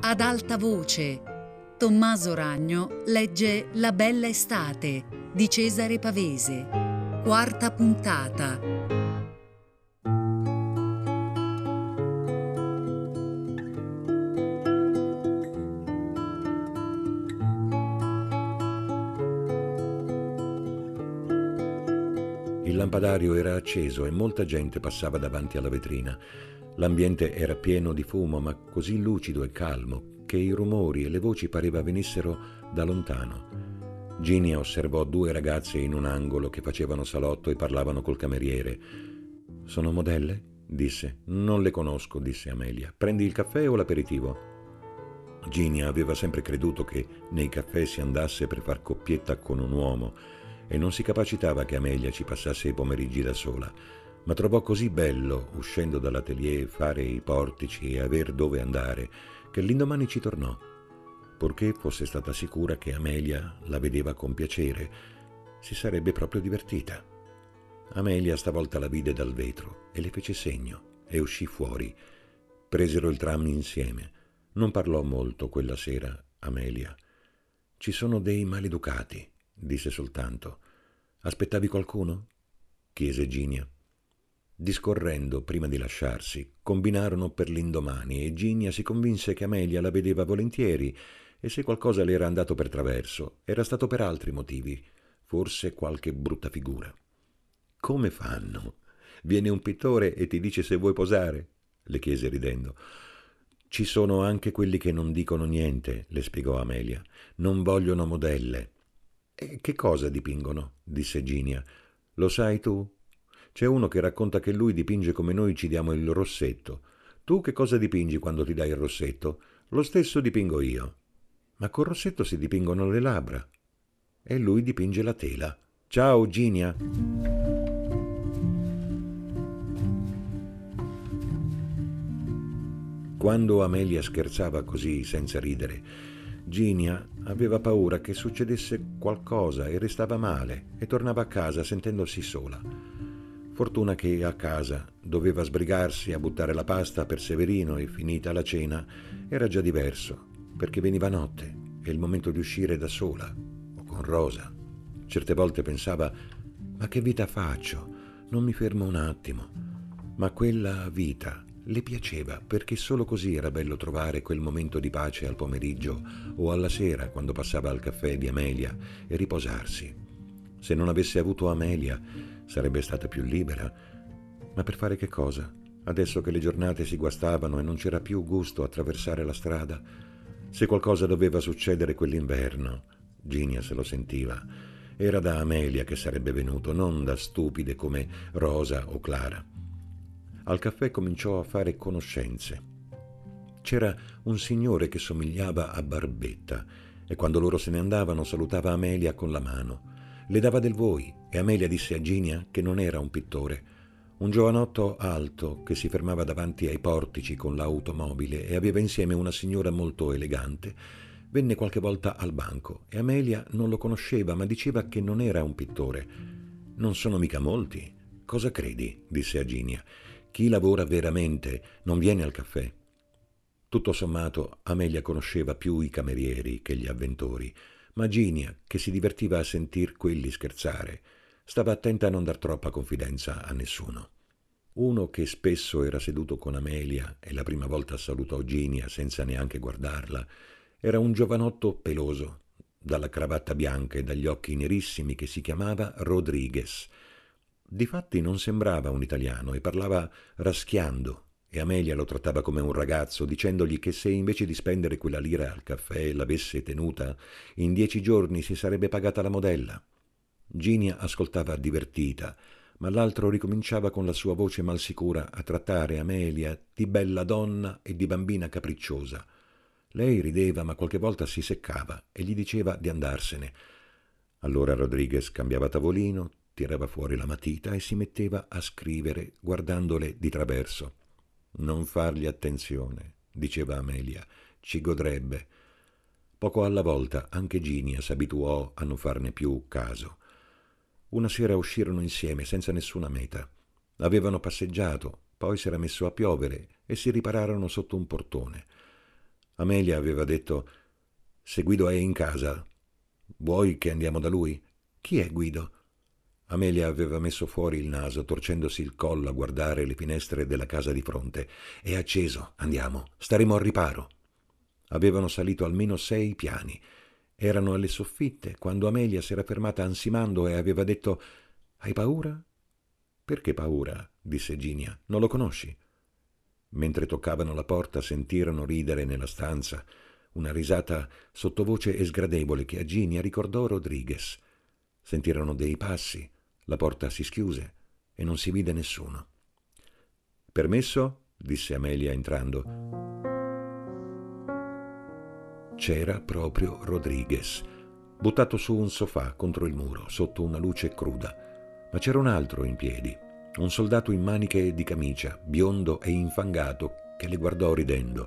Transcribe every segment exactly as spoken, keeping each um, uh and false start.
ad alta voce. Tommaso Ragno legge La bella estate di Cesare Pavese. Quarta puntata. Il lampadario era acceso e molta gente passava davanti alla vetrina. L'ambiente era pieno di fumo, ma così lucido e calmo che i rumori e le voci pareva venissero da lontano. Ginia osservò due ragazze in un angolo che facevano salotto e parlavano col cameriere. «Sono modelle?» disse. «Non le conosco», disse Amelia. «Prendi il caffè o l'aperitivo?» Ginia aveva sempre creduto che nei caffè si andasse per far coppietta con un uomo e non si capacitava che Amelia ci passasse i pomeriggi da sola, ma trovò così bello, uscendo dall'atelier, fare i portici e aver dove andare, che l'indomani ci tornò, purché fosse stata sicura che Amelia la vedeva con piacere. Si sarebbe proprio divertita. Amelia stavolta la vide dal vetro e le fece segno e uscì fuori. Presero il tram insieme. Non parlò molto quella sera Amelia. «Ci sono dei maleducati», disse soltanto. «Aspettavi qualcuno?» chiese Ginia. Discorrendo, prima di lasciarsi, combinarono per l'indomani e Ginia si convinse che Amelia la vedeva volentieri e se qualcosa le era andato per traverso, era stato per altri motivi, forse qualche brutta figura. «Come fanno? Viene un pittore e ti dice se vuoi posare?» le chiese ridendo. «Ci sono anche quelli che non dicono niente», le spiegò Amelia. «Non vogliono modelle». «E che cosa dipingono?» disse Ginia. «Lo sai tu? C'è uno che racconta che lui dipinge come noi ci diamo il rossetto. Tu che cosa dipingi quando ti dai il rossetto? Lo stesso dipingo io». «Ma col rossetto si dipingono le labbra». «E lui dipinge la tela». «Ciao, Ginia». Quando Amelia scherzava così senza ridere, Ginia aveva paura che succedesse qualcosa e restava male e tornava a casa sentendosi sola. Fortuna che a casa doveva sbrigarsi a buttare la pasta per Severino e finita la cena era già diverso, perché veniva notte e il momento di uscire da sola o con Rosa. Certe volte pensava: ma che vita faccio? Non mi fermo un attimo. Ma quella vita le piaceva perché solo così era bello trovare quel momento di pace al pomeriggio o alla sera quando passava al caffè di Amelia e riposarsi. Se non avesse avuto Amelia sarebbe stata più libera. Ma per fare che cosa? Adesso che le giornate si guastavano e non c'era più gusto a attraversare la strada. Se qualcosa doveva succedere quell'inverno, Ginia se lo sentiva, era da Amelia che sarebbe venuto, non da stupide come Rosa o Clara. Al caffè cominciò a fare conoscenze. C'era un signore che somigliava a Barbetta e quando loro se ne andavano salutava Amelia con la mano. Le dava del voi e Amelia disse a Ginia che non era un pittore. Un giovanotto alto che si fermava davanti ai portici con l'automobile e aveva insieme una signora molto elegante venne qualche volta al banco e Amelia non lo conosceva ma diceva che non era un pittore. «Non sono mica molti. Cosa credi?» disse a Ginia. «Chi lavora veramente non viene al caffè». Tutto sommato, Amelia conosceva più i camerieri che gli avventori, ma Ginia, che si divertiva a sentir quelli scherzare, stava attenta a non dar troppa confidenza a nessuno. Uno che spesso era seduto con Amelia e la prima volta salutò Ginia senza neanche guardarla, era un giovanotto peloso, dalla cravatta bianca e dagli occhi nerissimi, che si chiamava Rodriguez. Difatti non sembrava un italiano e parlava raschiando, e Amelia lo trattava come un ragazzo, dicendogli che se invece di spendere quella lira al caffè l'avesse tenuta, in dieci giorni si sarebbe pagata la modella. Ginia ascoltava divertita, ma l'altro ricominciava con la sua voce malsicura a trattare Amelia di bella donna e di bambina capricciosa. Lei rideva, ma qualche volta si seccava e gli diceva di andarsene. Allora Rodriguez cambiava tavolino, tirava fuori la matita e si metteva a scrivere guardandole di traverso. «Non fargli attenzione», diceva Amelia, «ci godrebbe». Poco alla volta anche Ginia s'abituò a non farne più caso. Una sera uscirono insieme senza nessuna meta. Avevano passeggiato, poi s'era messo a piovere e si ripararono sotto un portone. Amelia aveva detto: «Se Guido è in casa, vuoi che andiamo da lui?» «Chi è Guido?» Amelia aveva messo fuori il naso, torcendosi il collo a guardare le finestre della casa di fronte. «È acceso, andiamo, staremo al riparo». Avevano salito almeno sei piani. Erano alle soffitte quando Amelia si era fermata ansimando e aveva detto: «Hai paura?» «Perché paura?» disse Ginia. «Non lo conosci?» Mentre toccavano la porta sentirono ridere nella stanza, una risata sottovoce e sgradevole che a Ginia ricordò Rodriguez. Sentirono dei passi, la porta si schiuse e non si vide nessuno. «Permesso?» disse Amelia entrando. C'era proprio Rodriguez, buttato su un sofà contro il muro, sotto una luce cruda. Ma c'era un altro in piedi, un soldato in maniche di camicia, biondo e infangato, che le guardò ridendo.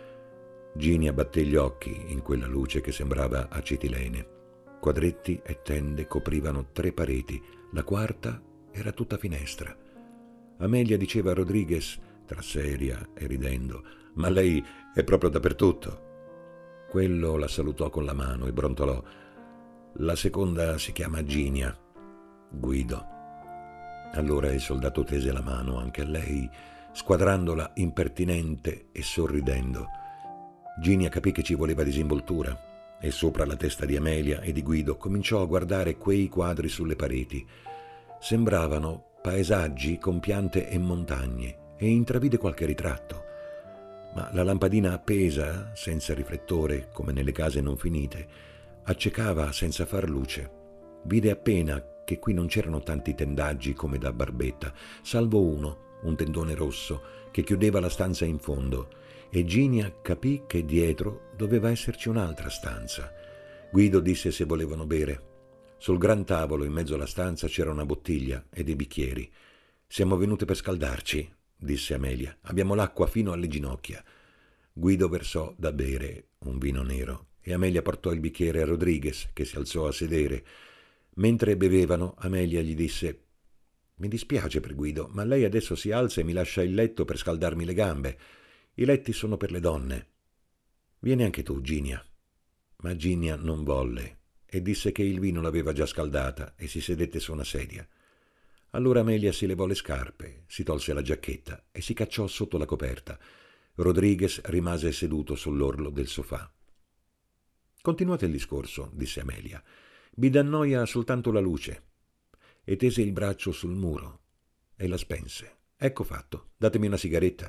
Ginia batté gli occhi in quella luce che sembrava acetilene. Quadretti e tende coprivano tre pareti, la quarta era tutta finestra. Amelia diceva a Rodriguez, tra seria e ridendo: «Ma lei è proprio dappertutto». Quello la salutò con la mano e brontolò: «La seconda si chiama Ginia, Guido». Allora il soldato tese la mano anche a lei, squadrandola impertinente e sorridendo. Ginia capì che ci voleva disinvoltura e sopra la testa di Amelia e di Guido cominciò a guardare quei quadri sulle pareti. Sembravano paesaggi con piante e montagne e intravide qualche ritratto. Ma la lampadina appesa, senza riflettore, come nelle case non finite, accecava senza far luce. Vide appena che qui non c'erano tanti tendaggi come da Barbetta, salvo uno, un tendone rosso, che chiudeva la stanza in fondo, e Ginia capì che dietro doveva esserci un'altra stanza. Guido disse se volevano bere. Sul gran tavolo in mezzo alla stanza c'era una bottiglia e dei bicchieri. «Siamo venute per scaldarci», disse Amelia. «Abbiamo l'acqua fino alle ginocchia». Guido versò da bere un vino nero e Amelia portò il bicchiere a Rodriguez, che si alzò a sedere. Mentre bevevano, Amelia gli disse: «Mi dispiace per Guido, ma lei adesso si alza e mi lascia il letto per scaldarmi le gambe. I letti sono per le donne. Vieni anche tu, Ginia». Ma Ginia non volle e disse che il vino l'aveva già scaldata e si sedette su una sedia. Allora Amelia si levò le scarpe, si tolse la giacchetta e si cacciò sotto la coperta. Rodriguez rimase seduto sull'orlo del sofà. «Continuate il discorso», disse Amelia. «Vi dà noia soltanto la luce». E tese il braccio sul muro e la spense. «Ecco fatto, datemi una sigaretta».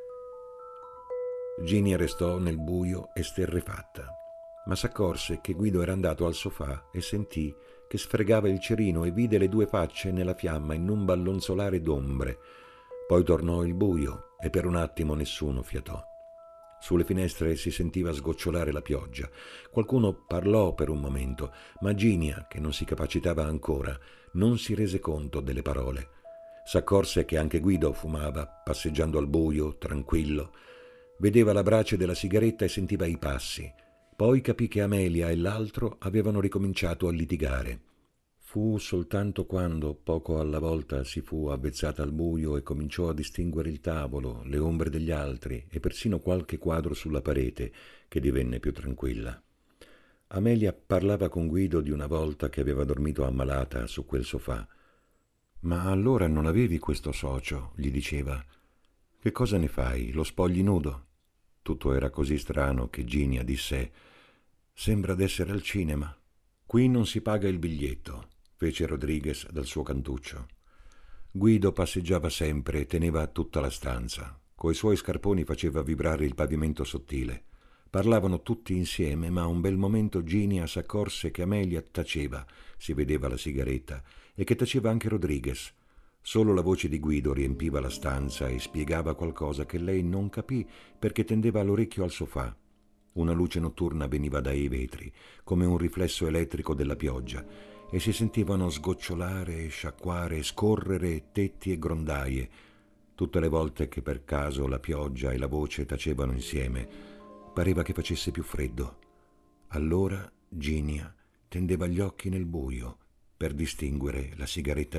Ginia restò nel buio esterrefatta, ma s'accorse che Guido era andato al sofà e sentì che sfregava il cerino e vide le due facce nella fiamma in un ballonzolare d'ombre. Poi tornò il buio e per un attimo nessuno fiatò. Sulle finestre si sentiva sgocciolare la pioggia. Qualcuno parlò per un momento, ma Ginia, che non si capacitava ancora, non si rese conto delle parole. S'accorse che anche Guido fumava, passeggiando al buio, tranquillo. Vedeva la brace della sigaretta e sentiva i passi. Poi capì che Amelia e l'altro avevano ricominciato a litigare. Fu soltanto quando, poco alla volta, si fu avvezzata al buio e cominciò a distinguere il tavolo, le ombre degli altri e persino qualche quadro sulla parete, che divenne più tranquilla. Amelia parlava con Guido di una volta che aveva dormito ammalata su quel sofà. «Ma allora non avevi questo socio», gli diceva. «Che cosa ne fai? Lo spogli nudo?» Tutto era così strano che Ginia disse: «Sembra d'essere al cinema». «Qui non si paga il biglietto», fece Rodriguez dal suo cantuccio. Guido passeggiava sempre e teneva tutta la stanza. Coi suoi scarponi faceva vibrare il pavimento sottile. Parlavano tutti insieme, ma a un bel momento Ginia s'accorse che Amelia taceva, si vedeva la sigaretta, e che taceva anche Rodriguez. Solo la voce di Guido riempiva la stanza e spiegava qualcosa che lei non capì perché tendeva l'orecchio al sofà. Una luce notturna veniva dai vetri, come un riflesso elettrico della pioggia, e si sentivano sgocciolare, sciacquare, scorrere tetti e grondaie. Tutte le volte che per caso la pioggia e la voce tacevano insieme, pareva che facesse più freddo. Allora Ginia tendeva gli occhi nel buio per distinguere la sigaretta di Amelia.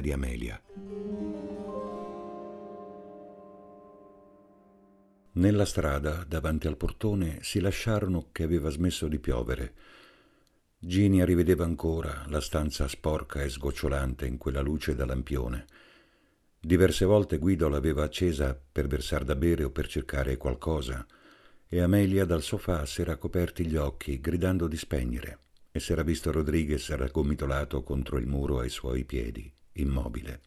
Nella strada, davanti al portone, si lasciarono che aveva smesso di piovere. Ginia rivedeva ancora la stanza sporca e sgocciolante in quella luce da lampione. Diverse volte Guido l'aveva accesa per versar da bere o per cercare qualcosa, e Amelia dal sofà s'era coperti gli occhi, gridando di spegnere, e s'era visto Rodriguez raggomitolato contro il muro ai suoi piedi, immobile.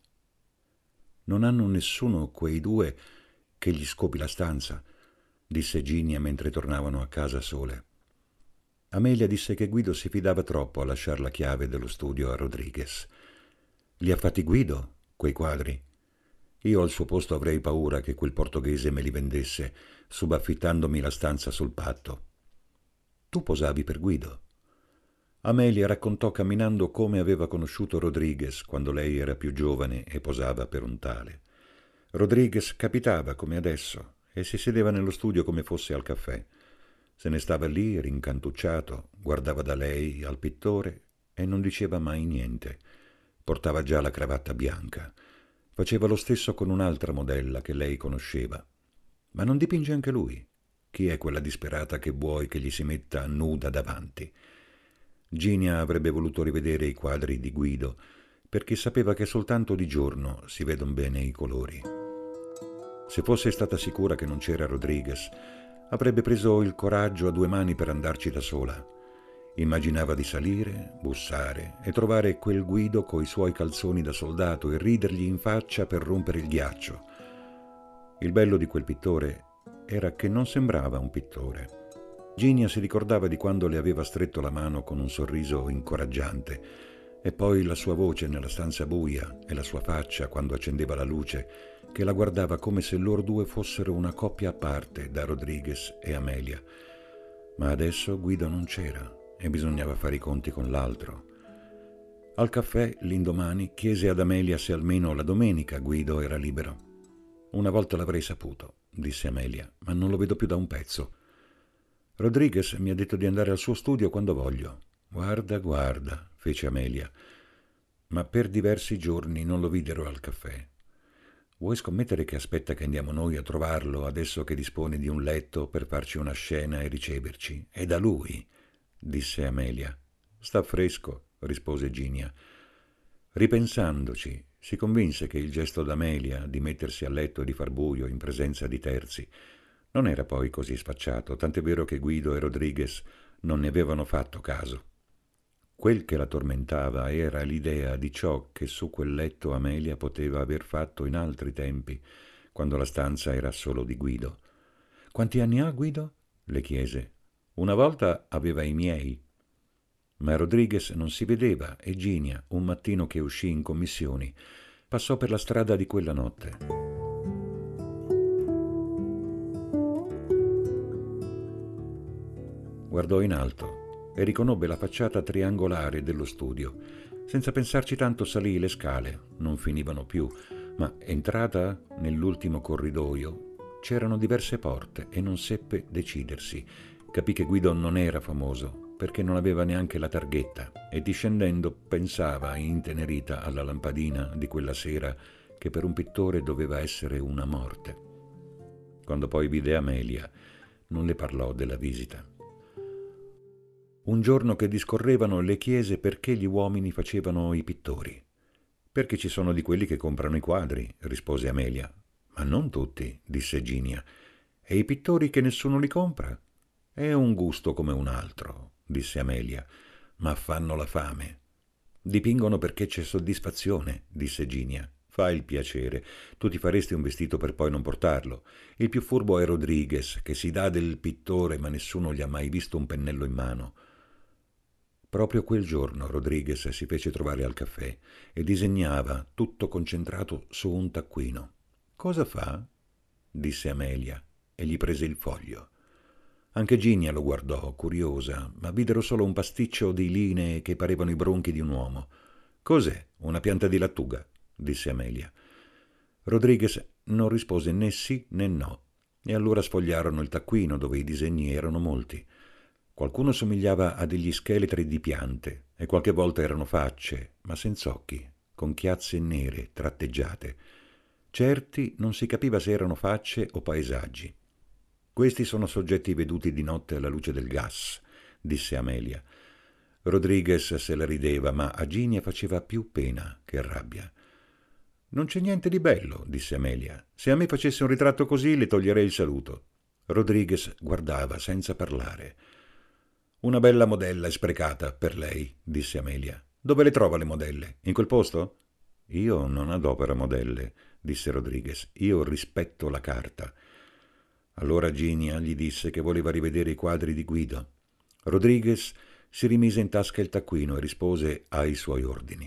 «Non hanno nessuno quei due che gli scopi la stanza», disse Ginia mentre tornavano a casa sole. Amelia disse che Guido si fidava troppo a lasciar la chiave dello studio a Rodriguez. «Li ha fatti Guido, quei quadri? Io al suo posto avrei paura che quel portoghese me li vendesse, subaffittandomi la stanza sul patto». «Tu posavi per Guido?» Amelia raccontò camminando come aveva conosciuto Rodriguez quando lei era più giovane e posava per un tale. Rodriguez capitava come adesso e si sedeva nello studio come fosse al caffè. Se ne stava lì rincantucciato, guardava da lei al pittore e non diceva mai niente. Portava già la cravatta bianca. Faceva lo stesso con un'altra modella che lei conosceva. «Ma non dipinge anche lui? Chi è quella disperata che vuoi che gli si metta nuda davanti?» Ginia avrebbe voluto rivedere i quadri di Guido, perché sapeva che soltanto di giorno si vedono bene i colori. Se fosse stata sicura che non c'era Rodriguez, avrebbe preso il coraggio a due mani per andarci da sola. Immaginava di salire, bussare e trovare quel Guido coi suoi calzoni da soldato e ridergli in faccia per rompere il ghiaccio. Il bello di quel pittore era che non sembrava un pittore. Ginia si ricordava di quando le aveva stretto la mano con un sorriso incoraggiante, e poi la sua voce nella stanza buia e la sua faccia quando accendeva la luce, che la guardava come se loro due fossero una coppia a parte da Rodriguez e Amelia. Ma adesso Guido non c'era e bisognava fare i conti con l'altro. Al caffè, l'indomani, chiese ad Amelia se almeno la domenica Guido era libero. «Una volta l'avrei saputo», disse Amelia, «ma non lo vedo più da un pezzo. Rodriguez mi ha detto di andare al suo studio quando voglio». «Guarda, guarda», fece Amelia, ma per diversi giorni non lo videro al caffè. «Vuoi scommettere che aspetta che andiamo noi a trovarlo adesso che dispone di un letto per farci una scena e riceverci? È da lui», disse Amelia. «Sta fresco», rispose Ginia. Ripensandoci, si convinse che il gesto d'Amelia di mettersi a letto e di far buio in presenza di terzi non era poi così sfacciato, tant'è vero che Guido e Rodriguez non ne avevano fatto caso. Quel che la tormentava era l'idea di ciò che su quel letto Amelia poteva aver fatto in altri tempi, quando la stanza era solo di Guido. «Quanti anni ha Guido?» le chiese. «Una volta aveva i miei». Ma Rodriguez non si vedeva e Ginia, un mattino che uscì in commissioni, passò per la strada di quella notte. Guardò in alto e riconobbe la facciata triangolare dello studio. Senza pensarci tanto salì le scale, non finivano più, ma entrata nell'ultimo corridoio c'erano diverse porte e non seppe decidersi. Capì che Guido non era famoso, perché non aveva neanche la targhetta, e discendendo pensava, intenerita, alla lampadina di quella sera che per un pittore doveva essere una morte. Quando poi vide Amelia, non le parlò della visita. Un giorno che discorrevano le chiese perché gli uomini facevano i pittori. «Perché ci sono di quelli che comprano i quadri», rispose Amelia. «Ma non tutti», disse Ginia. «E i pittori che nessuno li compra?» «È un gusto come un altro», disse Amelia, «ma fanno la fame». «Dipingono perché c'è soddisfazione», disse Ginia. «Fa il piacere. Tu ti faresti un vestito per poi non portarlo. Il più furbo è Rodriguez, che si dà del pittore ma nessuno gli ha mai visto un pennello in mano». Proprio quel giorno Rodriguez si fece trovare al caffè e disegnava, tutto concentrato, su un taccuino. «Cosa fa?» disse Amelia e gli prese il foglio. Anche Ginia lo guardò, curiosa, ma videro solo un pasticcio di linee che parevano i bronchi di un uomo. «Cos'è? Una pianta di lattuga?» disse Amelia. Rodriguez non rispose né sì né no, e allora sfogliarono il taccuino dove i disegni erano molti. Qualcuno somigliava a degli scheletri di piante e qualche volta erano facce, ma senza occhi, con chiazze nere tratteggiate. Certi non si capiva se erano facce o paesaggi. Questi sono soggetti veduti di notte alla luce del gas, disse Amelia. Rodriguez se la rideva, ma a Ginia faceva più pena che rabbia. Non c'è niente di bello, disse Amelia. Se a me facesse un ritratto così le toglierei il saluto. Rodriguez guardava senza parlare. Una bella modella è sprecata per lei, disse Amelia. Dove le trova le modelle? In quel posto? Io non adopero modelle, disse Rodriguez. Io rispetto la carta. Allora Ginia gli disse che voleva rivedere i quadri di Guido. Rodriguez si rimise in tasca il taccuino e rispose ai suoi ordini.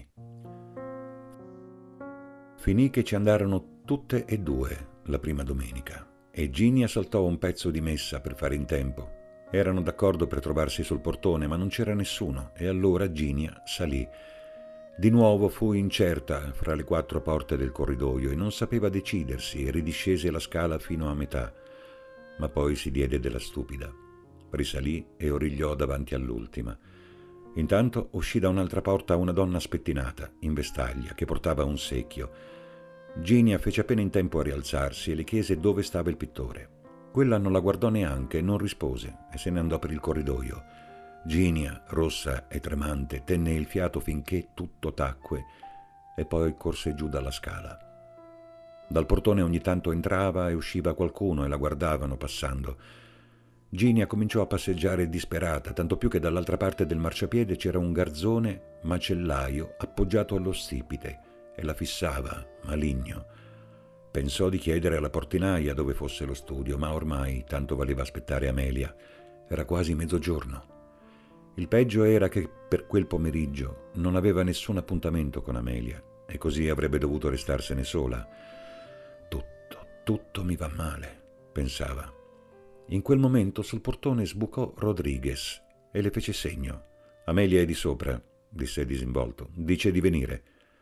Finì che ci andarono tutte e due la prima domenica e Ginia saltò un pezzo di messa per fare in tempo. Erano d'accordo per trovarsi sul portone, ma non c'era nessuno, e allora Ginia salì. Di nuovo fu incerta fra le quattro porte del corridoio e non sapeva decidersi e ridiscese la scala fino a metà, ma poi si diede della stupida. Risalì e origliò davanti all'ultima. Intanto uscì da un'altra porta una donna spettinata, in vestaglia, che portava un secchio. Ginia fece appena in tempo a rialzarsi e le chiese dove stava il pittore. Quella non la guardò neanche, non rispose e se ne andò per il corridoio. Ginia, rossa e tremante, tenne il fiato finché tutto tacque e poi corse giù dalla scala. Dal portone ogni tanto entrava e usciva qualcuno e la guardavano passando. Ginia cominciò a passeggiare disperata, tanto più che dall'altra parte del marciapiede c'era un garzone macellaio appoggiato allo stipite e la fissava, maligno. Pensò di chiedere alla portinaia dove fosse lo studio, ma ormai tanto valeva aspettare Amelia. Era quasi mezzogiorno. Il peggio era che per quel pomeriggio non aveva nessun appuntamento con Amelia e così avrebbe dovuto restarsene sola. Tutto, tutto mi va male, pensava. In quel momento sul portone sbucò Rodriguez e le fece segno. Amelia è di sopra, disse disinvolto. Dice di venire.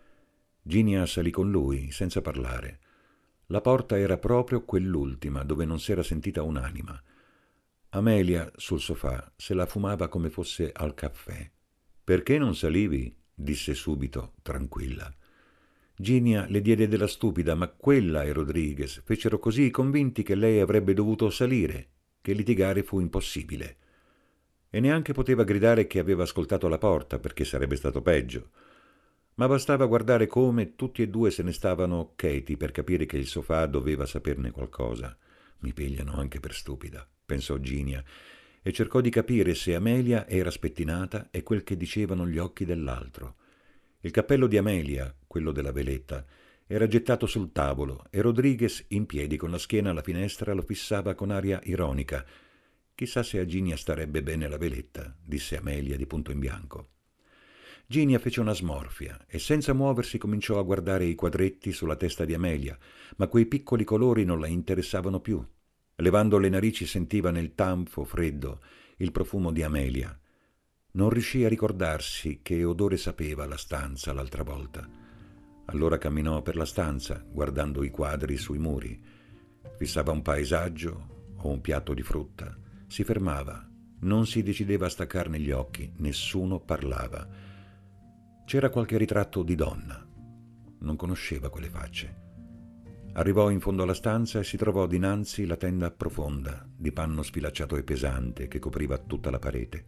Ginia salì con lui, senza parlare. La porta era proprio quell'ultima, dove non s'era sentita un'anima. Amelia, sul sofà, se la fumava come fosse al caffè. «Perché non salivi?» disse subito, tranquilla. Ginia le diede della stupida, ma quella e Rodriguez fecero così convinti che lei avrebbe dovuto salire, che litigare fu impossibile. E neanche poteva gridare che aveva ascoltato la porta, perché sarebbe stato peggio. Ma bastava guardare come tutti e due se ne stavano cheti per capire che il sofà doveva saperne qualcosa. Mi pigliano anche per stupida, pensò Ginia, e cercò di capire se Amelia era spettinata e quel che dicevano gli occhi dell'altro. Il cappello di Amelia, quello della veletta, era gettato sul tavolo e Rodriguez, in piedi con la schiena alla finestra, lo fissava con aria ironica. «Chissà se a Ginia starebbe bene la veletta», disse Amelia di punto in bianco. Ginia fece una smorfia e senza muoversi cominciò a guardare i quadretti sulla testa di Amelia, ma quei piccoli colori non la interessavano più. Levando le narici sentiva nel tanfo freddo il profumo di Amelia. Non riuscì a ricordarsi che odore sapeva la stanza l'altra volta. Allora camminò per la stanza, guardando i quadri sui muri. Fissava un paesaggio o un piatto di frutta. Si fermava, non si decideva a staccarne gli occhi, nessuno parlava. C'era qualche ritratto di donna. Non conosceva quelle facce. Arrivò in fondo alla stanza e si trovò dinanzi la tenda profonda, di panno sfilacciato e pesante, che copriva tutta la parete.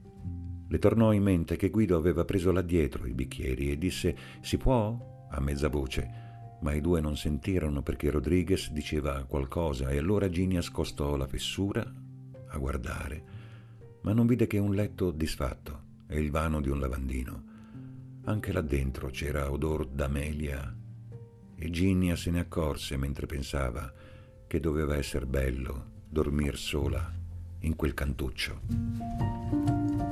Le tornò in mente che Guido aveva preso là dietro i bicchieri e disse «Si può?» a mezza voce, ma i due non sentirono perché Rodriguez diceva qualcosa e allora Ginia scostò la fessura a guardare, ma non vide che un letto disfatto e il vano di un lavandino. Anche là dentro c'era odor d'Amelia e Ginia se ne accorse mentre pensava che doveva essere bello dormir sola in quel cantuccio.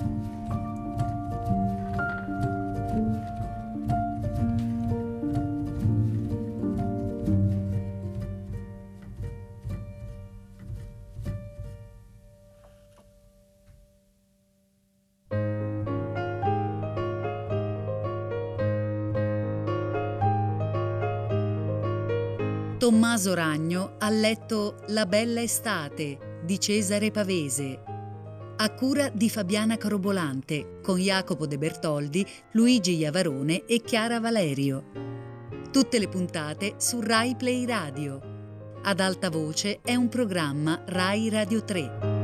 Tommaso Ragno ha letto La bella estate di Cesare Pavese, a cura di Fabiana Carobolante, con Jacopo De Bertoldi, Luigi Iavarone e Chiara Valerio. Tutte le puntate su Rai Play Radio. Ad alta voce è un programma Rai Radio tre.